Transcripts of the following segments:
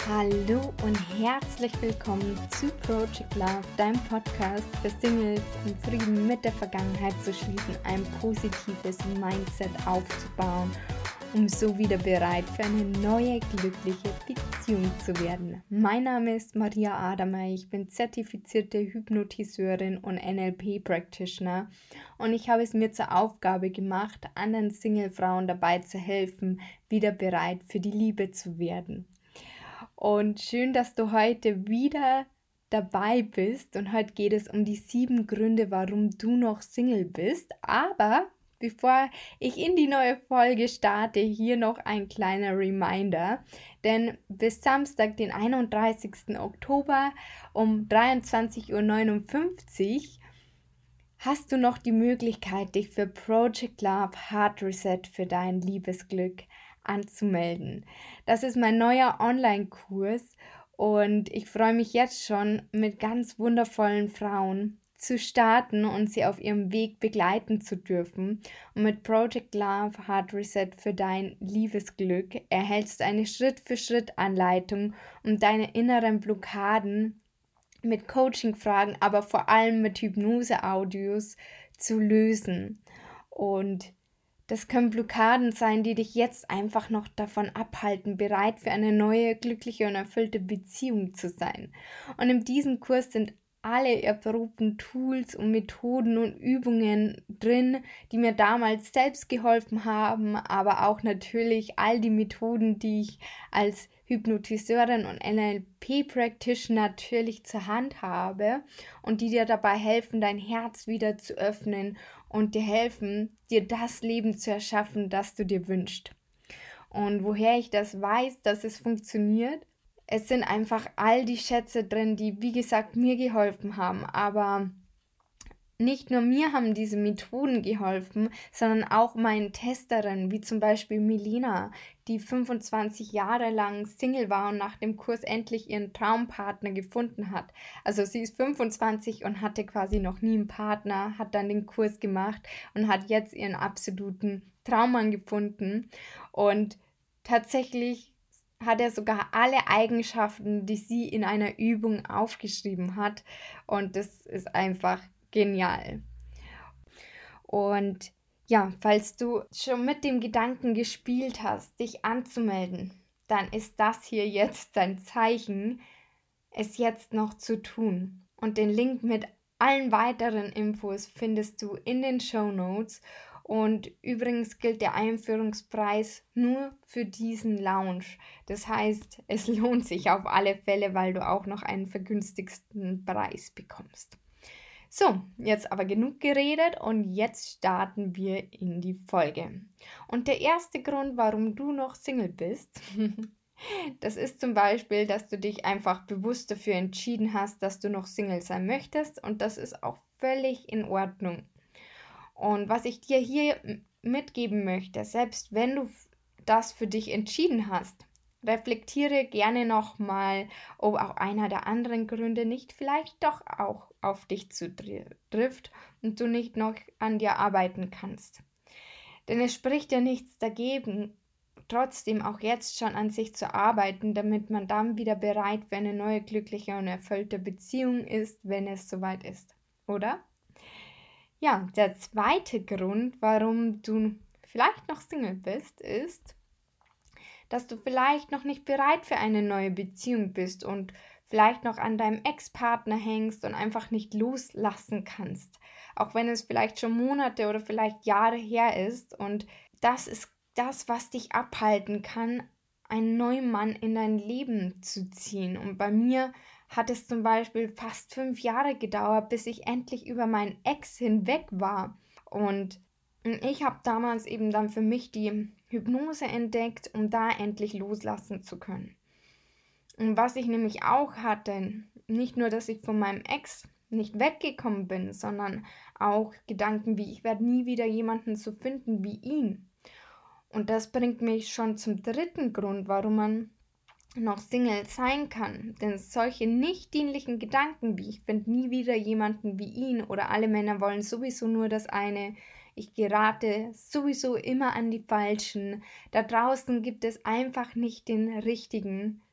Hallo und herzlich willkommen zu Project Love, deinem Podcast für Singles, um Frieden mit der Vergangenheit zu schließen, ein positives Mindset aufzubauen, um so wieder bereit für eine neue, glückliche Beziehung zu werden. Mein Name ist Maria Adamer, ich bin zertifizierte Hypnotiseurin und NLP-Practitioner und ich habe es mir zur Aufgabe gemacht, anderen Single-Frauen dabei zu helfen, wieder bereit für die Liebe zu werden. Und schön, dass du heute wieder dabei bist. Und heute geht es um die 7 Gründe, warum du noch Single bist. Aber bevor ich in die neue Folge starte, hier noch ein kleiner Reminder. Denn bis Samstag, den 31. Oktober um 23:59 Uhr hast du noch die Möglichkeit, dich für Project Love Heart Reset für dein Liebesglück anzumelden. Das ist mein neuer Online-Kurs und ich freue mich jetzt schon, mit ganz wundervollen Frauen zu starten und sie auf ihrem Weg begleiten zu dürfen. Und mit Project Love Heart Reset für dein Liebesglück erhältst du eine Schritt-für-Schritt-Anleitung, um deine inneren Blockaden mit Coaching-Fragen, aber vor allem mit Hypnose-Audios zu lösen. Und das können Blockaden sein, die dich jetzt einfach noch davon abhalten, bereit für eine neue, glückliche und erfüllte Beziehung zu sein. Und in diesem Kurs sind alle erprobten Tools und Methoden und Übungen drin, die mir damals selbst geholfen haben, aber auch natürlich all die Methoden, die ich als Hypnotiseurin und NLP-Practitioner natürlich zur Hand habe und die dir dabei helfen, dein Herz wieder zu öffnen und dir helfen, dir das Leben zu erschaffen, das du dir wünschst. Und woher ich das weiß, dass es funktioniert? Es sind einfach all die Schätze drin, die, wie gesagt, mir geholfen haben. Aber nicht nur mir haben diese Methoden geholfen, sondern auch meinen Testerinnen, wie zum Beispiel Milena, die 25 Jahre lang Single war und nach dem Kurs endlich ihren Traumpartner gefunden hat. Also sie ist 25 und hatte quasi noch nie einen Partner, hat dann den Kurs gemacht und hat jetzt ihren absoluten Traummann gefunden. Und tatsächlich hat er sogar alle Eigenschaften, die sie in einer Übung aufgeschrieben hat. Und das ist einfach genial. Und ja, falls du schon mit dem Gedanken gespielt hast, dich anzumelden, dann ist das hier jetzt dein Zeichen, es jetzt noch zu tun. Und den Link mit allen weiteren Infos findest du in den Shownotes. Und übrigens gilt der Einführungspreis nur für diesen Lounge. Das heißt, es lohnt sich auf alle Fälle, weil du auch noch einen vergünstigsten Preis bekommst. So, jetzt aber genug geredet und jetzt starten wir in die Folge. Und der erste Grund, warum du noch Single bist, das ist zum Beispiel, dass du dich einfach bewusst dafür entschieden hast, dass du noch Single sein möchtest und das ist auch völlig in Ordnung. Und was ich dir hier mitgeben möchte, selbst wenn du das für dich entschieden hast, reflektiere gerne nochmal, ob auch einer der anderen Gründe nicht vielleicht doch auch auf dich zutrifft und du nicht noch an dir arbeiten kannst. Denn es spricht ja nichts dagegen, trotzdem auch jetzt schon an sich zu arbeiten, damit man dann wieder bereit für eine neue, glückliche und erfüllte Beziehung ist, wenn es soweit ist, oder? Ja, der zweite Grund, warum du vielleicht noch Single bist, ist, dass du vielleicht noch nicht bereit für eine neue Beziehung bist und vielleicht noch an deinem Ex-Partner hängst und einfach nicht loslassen kannst. Auch wenn es vielleicht schon Monate oder vielleicht Jahre her ist. Und das ist das, was dich abhalten kann, einen neuen Mann in dein Leben zu ziehen. Und bei mir hat es zum Beispiel fast 5 Jahre gedauert, bis ich endlich über meinen Ex hinweg war. Und ich habe damals eben dann für mich die Hypnose entdeckt, um da endlich loslassen zu können. Und was ich nämlich auch hatte, nicht nur, dass ich von meinem Ex nicht weggekommen bin, sondern auch Gedanken wie, ich werde nie wieder jemanden so finden wie ihn. Und das bringt mich schon zum dritten Grund, warum man noch Single sein kann. Denn solche nicht dienlichen Gedanken wie, ich finde nie wieder jemanden wie ihn oder alle Männer wollen sowieso nur das eine, ich gerate sowieso immer an die Falschen, da draußen gibt es einfach nicht den Richtigen.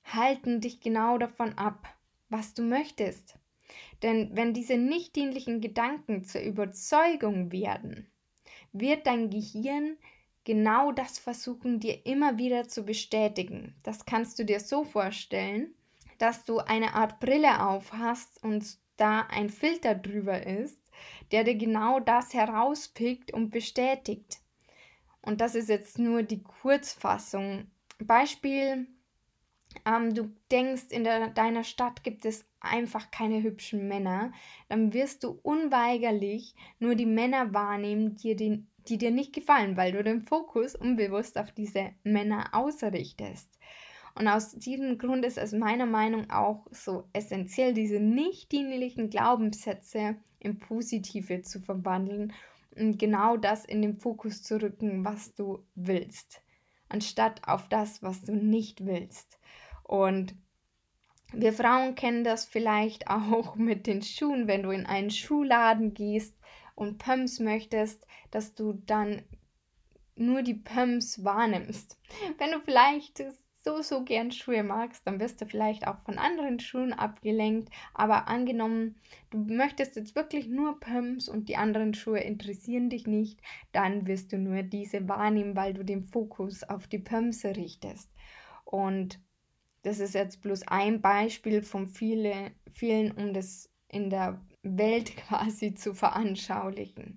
halten dich genau davon ab, was du möchtest. Denn wenn diese nicht dienlichen Gedanken zur Überzeugung werden, wird dein Gehirn genau das versuchen, dir immer wieder zu bestätigen. Das kannst du dir so vorstellen, dass du eine Art Brille auf hast und da ein Filter drüber ist, der dir genau das herauspickt und bestätigt. Und das ist jetzt nur die Kurzfassung. Beispiel, du denkst, in deiner Stadt gibt es einfach keine hübschen Männer, dann wirst du unweigerlich nur die Männer wahrnehmen, die dir nicht gefallen, weil du den Fokus unbewusst auf diese Männer ausrichtest. Und aus diesem Grund ist es meiner Meinung nach auch so essentiell, diese nicht dienlichen Glaubenssätze in positive zu verwandeln und genau das in den Fokus zu rücken, was du willst, anstatt auf das, was du nicht willst. Und wir Frauen kennen das vielleicht auch mit den Schuhen, wenn du in einen Schuhladen gehst und Pumps möchtest, dass du dann nur die Pumps wahrnimmst. Wenn du vielleicht so gern Schuhe magst, dann wirst du vielleicht auch von anderen Schuhen abgelenkt, aber angenommen, du möchtest jetzt wirklich nur Pumps und die anderen Schuhe interessieren dich nicht, dann wirst du nur diese wahrnehmen, weil du den Fokus auf die Pumps richtest. Und das ist jetzt bloß ein Beispiel von vielen, um das in der Welt quasi zu veranschaulichen.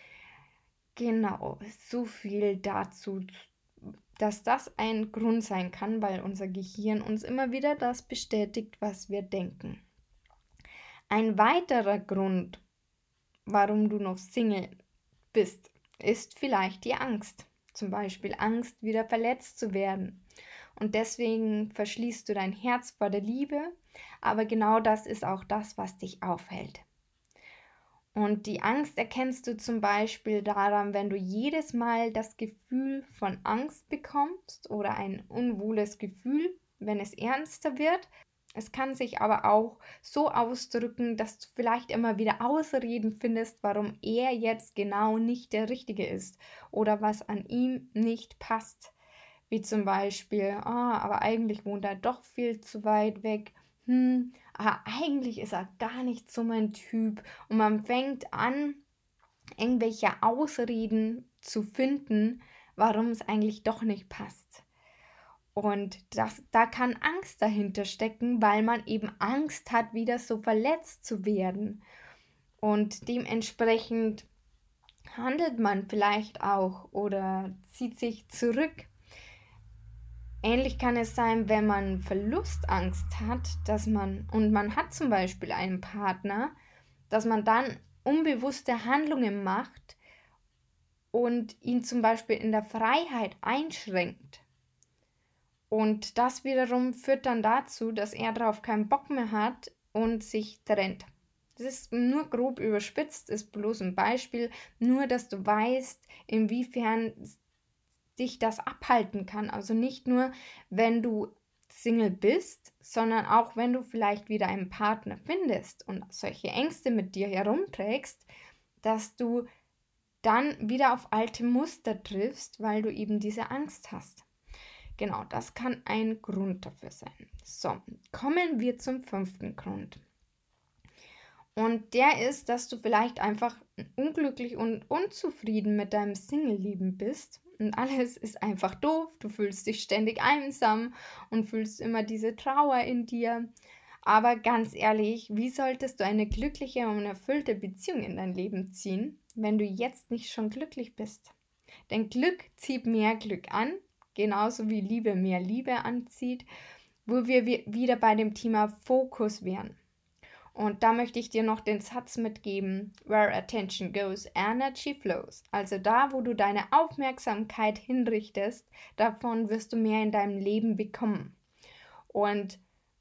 Genau, so viel dazu, dass das ein Grund sein kann, weil unser Gehirn uns immer wieder das bestätigt, was wir denken. Ein weiterer Grund, warum du noch Single bist, ist vielleicht die Angst. Zum Beispiel Angst, wieder verletzt zu werden. Und deswegen verschließt du dein Herz vor der Liebe, aber genau das ist auch das, was dich aufhält. Und die Angst erkennst du zum Beispiel daran, wenn du jedes Mal das Gefühl von Angst bekommst oder ein unwohles Gefühl, wenn es ernster wird. Es kann sich aber auch so ausdrücken, dass du vielleicht immer wieder Ausreden findest, warum er jetzt genau nicht der Richtige ist oder was an ihm nicht passt. Wie zum Beispiel, aber eigentlich wohnt er doch viel zu weit weg. Aber eigentlich ist er gar nicht so mein Typ. Und man fängt an, irgendwelche Ausreden zu finden, warum es eigentlich doch nicht passt. Und da kann Angst dahinter stecken, weil man eben Angst hat, wieder so verletzt zu werden. Und dementsprechend handelt man vielleicht auch oder zieht sich zurück. Ähnlich kann es sein, wenn man Verlustangst hat, und man hat zum Beispiel einen Partner, dass man dann unbewusste Handlungen macht und ihn zum Beispiel in der Freiheit einschränkt. Und das wiederum führt dann dazu, dass er darauf keinen Bock mehr hat und sich trennt. Das ist nur grob überspitzt, ist bloß ein Beispiel, nur dass du weißt, inwiefern dich das abhalten kann. Also nicht nur, wenn du Single bist, sondern auch, wenn du vielleicht wieder einen Partner findest und solche Ängste mit dir herumträgst, dass du dann wieder auf alte Muster triffst, weil du eben diese Angst hast. Genau, das kann ein Grund dafür sein. So, kommen wir zum 5. Grund. Und der ist, dass du vielleicht einfach unglücklich und unzufrieden mit deinem Single-Leben bist. Und alles ist einfach doof. Du fühlst dich ständig einsam und fühlst immer diese Trauer in dir. Aber ganz ehrlich, wie solltest du eine glückliche und erfüllte Beziehung in dein Leben ziehen, wenn du jetzt nicht schon glücklich bist? Denn Glück zieht mehr Glück an, genauso wie Liebe mehr Liebe anzieht, wo wir wieder bei dem Thema Fokus wären. Und da möchte ich dir noch den Satz mitgeben, where attention goes, energy flows. Also da, wo du deine Aufmerksamkeit hinrichtest, davon wirst du mehr in deinem Leben bekommen. Und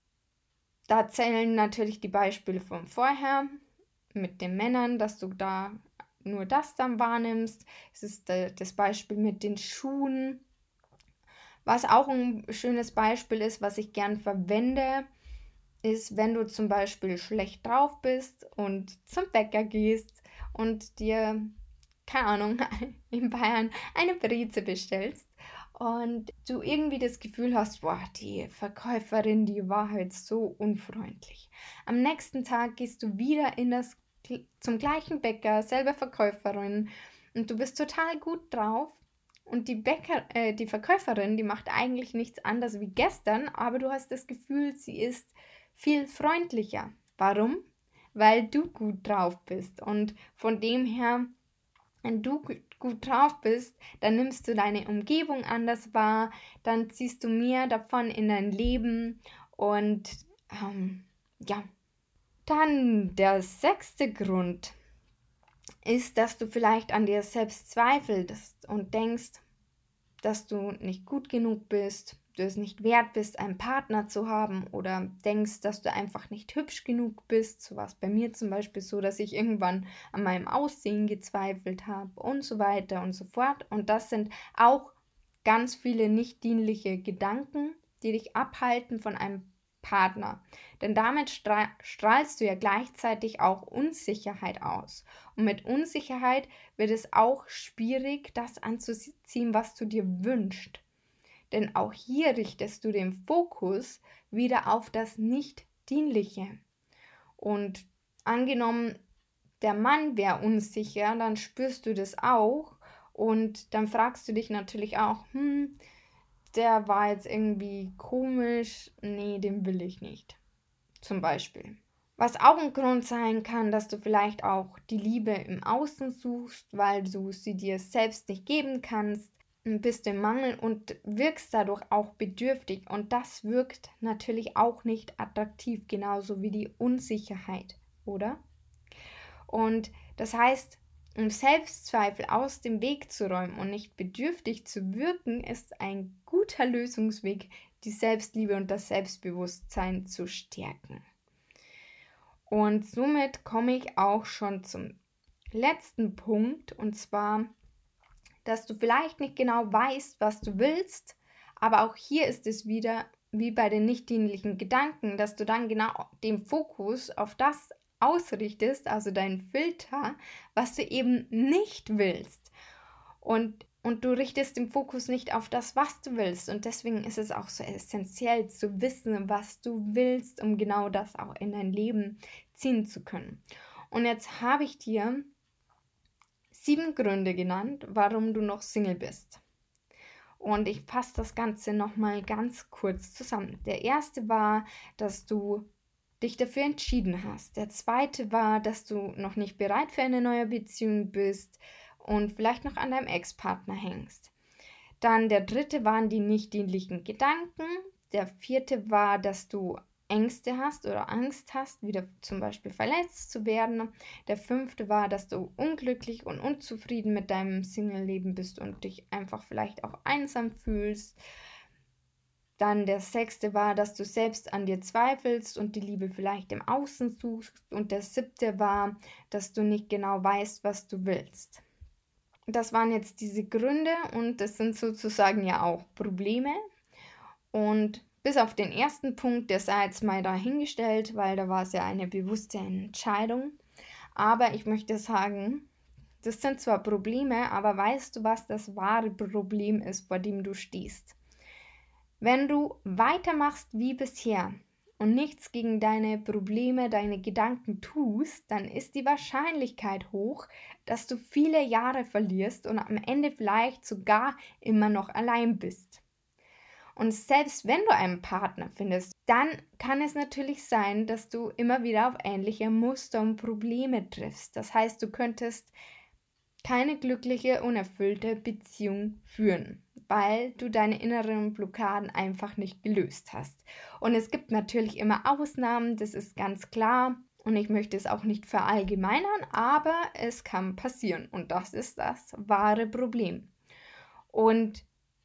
da zählen natürlich die Beispiele von vorher mit den Männern, dass du da nur das dann wahrnimmst. Es ist das Beispiel mit den Schuhen. Was auch ein schönes Beispiel ist, was ich gern verwende, ist, wenn du zum Beispiel schlecht drauf bist und zum Bäcker gehst und dir, keine Ahnung, in Bayern eine Breze bestellst und du irgendwie das Gefühl hast, boah, die Verkäuferin, die war halt so unfreundlich. Am nächsten Tag gehst du wieder zum gleichen Bäcker, selber Verkäuferin, und du bist total gut drauf. Und die Verkäuferin, die macht eigentlich nichts anderes wie gestern, aber du hast das Gefühl, sie ist viel freundlicher. Warum? Weil du gut drauf bist. Und von dem her, wenn du gut drauf bist, dann nimmst du deine Umgebung anders wahr, dann ziehst du mehr davon in dein Leben. Und ja. Dann der 6. Grund ist, dass du vielleicht an dir selbst zweifelst und denkst, dass du nicht gut genug bist, du es nicht wert bist, einen Partner zu haben, oder denkst, dass du einfach nicht hübsch genug bist. So war es bei mir zum Beispiel so, dass ich irgendwann an meinem Aussehen gezweifelt habe und so weiter und so fort. Und das sind auch ganz viele nicht dienliche Gedanken, die dich abhalten von einem Partner. Denn damit strahlst du ja gleichzeitig auch Unsicherheit aus. Und mit Unsicherheit wird es auch schwierig, das anzuziehen, was du dir wünschst. Denn auch hier richtest du den Fokus wieder auf das Nicht-Dienliche. Und angenommen, der Mann wäre unsicher, dann spürst du das auch. Und dann fragst du dich natürlich auch, der war jetzt irgendwie komisch, nee, den will ich nicht. Zum Beispiel. Was auch ein Grund sein kann, dass du vielleicht auch die Liebe im Außen suchst, weil du sie dir selbst nicht geben kannst, bist du im Mangel und wirkst dadurch auch bedürftig. Und das wirkt natürlich auch nicht attraktiv, genauso wie die Unsicherheit, oder? Und das heißt, um Selbstzweifel aus dem Weg zu räumen und nicht bedürftig zu wirken, ist ein guter Lösungsweg, die Selbstliebe und das Selbstbewusstsein zu stärken. Und somit komme ich auch schon zum letzten Punkt, und zwar, dass du vielleicht nicht genau weißt, was du willst, aber auch hier ist es wieder wie bei den nicht dienlichen Gedanken, dass du dann genau den Fokus auf das ausrichtest, also deinen Filter, was du eben nicht willst. Und du richtest den Fokus nicht auf das, was du willst. Und deswegen ist es auch so essentiell zu wissen, was du willst, um genau das auch in dein Leben ziehen zu können. Und jetzt habe ich dir 7 Gründe genannt, warum du noch Single bist. Und ich fasse das Ganze nochmal ganz kurz zusammen. Der erste war, dass du dich dafür entschieden hast. Der zweite war, dass du noch nicht bereit für eine neue Beziehung bist und vielleicht noch an deinem Ex-Partner hängst. Dann der dritte waren die nicht dienlichen Gedanken. Der vierte war, dass du Ängste hast oder Angst hast, wieder zum Beispiel verletzt zu werden. Der 5. war, dass du unglücklich und unzufrieden mit deinem Single-Leben bist und dich einfach vielleicht auch einsam fühlst. Dann der 6. war, dass du selbst an dir zweifelst und die Liebe vielleicht im Außen suchst. Und der 7. war, dass du nicht genau weißt, was du willst. Das waren jetzt diese Gründe und das sind sozusagen ja auch Probleme. Und bis auf den ersten Punkt, der sei jetzt mal dahingestellt, weil da war es ja eine bewusste Entscheidung. Aber ich möchte sagen, das sind zwar Probleme, aber weißt du, was das wahre Problem ist, vor dem du stehst? Wenn du weitermachst wie bisher und nichts gegen deine Probleme, deine Gedanken tust, dann ist die Wahrscheinlichkeit hoch, dass du viele Jahre verlierst und am Ende vielleicht sogar immer noch allein bist. Und selbst wenn du einen Partner findest, dann kann es natürlich sein, dass du immer wieder auf ähnliche Muster und Probleme triffst. Das heißt, du könntest keine glückliche, unerfüllte Beziehung führen, weil du deine inneren Blockaden einfach nicht gelöst hast. Und es gibt natürlich immer Ausnahmen, das ist ganz klar. Und ich möchte es auch nicht verallgemeinern, aber es kann passieren. Und das ist das wahre Problem. Und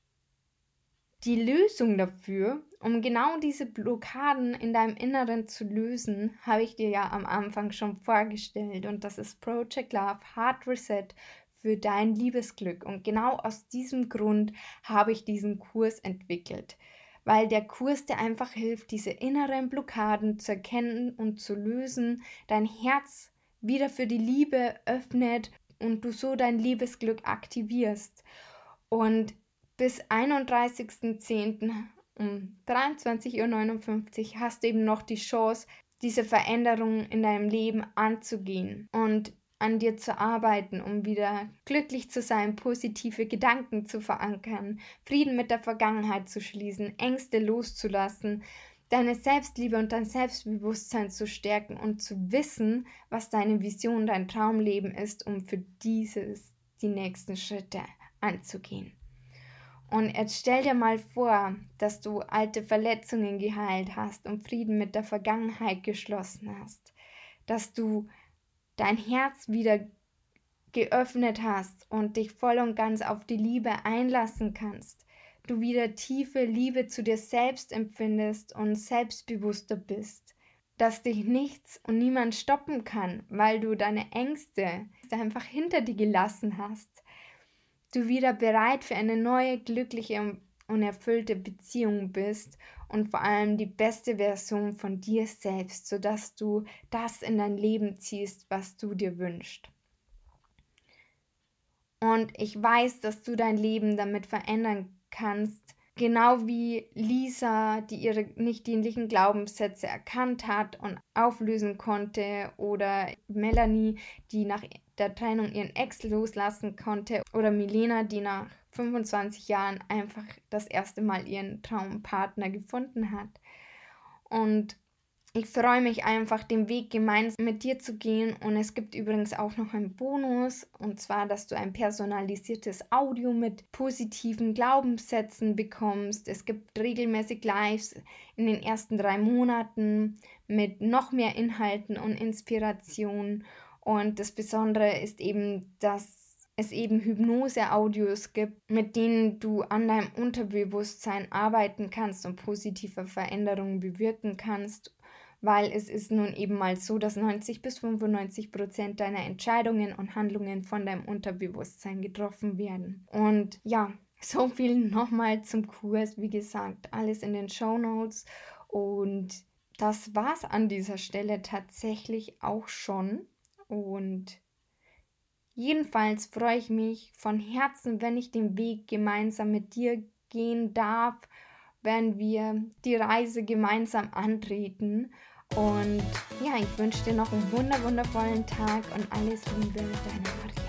die Lösung dafür, um genau diese Blockaden in deinem Inneren zu lösen, habe ich dir ja am Anfang schon vorgestellt. Und das ist Project Love Hard Reset für dein Liebesglück. Und genau aus diesem Grund habe ich diesen Kurs entwickelt. Weil der Kurs dir einfach hilft, diese inneren Blockaden zu erkennen und zu lösen, dein Herz wieder für die Liebe öffnet und du so dein Liebesglück aktivierst. Und bis 31.10. um 23:59 Uhr hast du eben noch die Chance, diese Veränderungen in deinem Leben anzugehen und an dir zu arbeiten, um wieder glücklich zu sein, positive Gedanken zu verankern, Frieden mit der Vergangenheit zu schließen, Ängste loszulassen, deine Selbstliebe und dein Selbstbewusstsein zu stärken und zu wissen, was deine Vision, dein Traumleben ist, um für dieses die nächsten Schritte anzugehen. Und jetzt stell dir mal vor, dass du alte Verletzungen geheilt hast und Frieden mit der Vergangenheit geschlossen hast, dass du dein Herz wieder geöffnet hast und dich voll und ganz auf die Liebe einlassen kannst, du wieder tiefe Liebe zu dir selbst empfindest und selbstbewusster bist, dass dich nichts und niemand stoppen kann, weil du deine Ängste einfach hinter dir gelassen hast, du wieder bereit für eine neue, glückliche und erfüllte Beziehung bist und vor allem die beste Version von dir selbst, sodass du das in dein Leben ziehst, was du dir wünschst. Und ich weiß, dass du dein Leben damit verändern kannst, genau wie Lisa, die ihre nicht dienlichen Glaubenssätze erkannt hat und auflösen konnte, oder Melanie, die nach der Trennung ihren Ex loslassen konnte, oder Milena, die nach 25 Jahren einfach das erste Mal ihren Traumpartner gefunden hat. Und ich freue mich einfach, den Weg gemeinsam mit dir zu gehen, und es gibt übrigens auch noch einen Bonus, und zwar, dass du ein personalisiertes Audio mit positiven Glaubenssätzen bekommst. Es gibt regelmäßig Lives in den ersten 3 Monaten mit noch mehr Inhalten und Inspiration, und das Besondere ist eben, dass es eben Hypnose-Audios gibt, mit denen du an deinem Unterbewusstsein arbeiten kannst und positive Veränderungen bewirken kannst, weil es ist nun eben mal so, dass 90-95% deiner Entscheidungen und Handlungen von deinem Unterbewusstsein getroffen werden. Und ja, so viel nochmal zum Kurs. Wie gesagt, alles in den Shownotes. Und das war's an dieser Stelle tatsächlich auch schon. Und jedenfalls freue ich mich von Herzen, wenn ich den Weg gemeinsam mit dir gehen darf, wenn wir die Reise gemeinsam antreten. Und ja, ich wünsche dir noch einen wundervollen Tag und alles Liebe, deine Maria.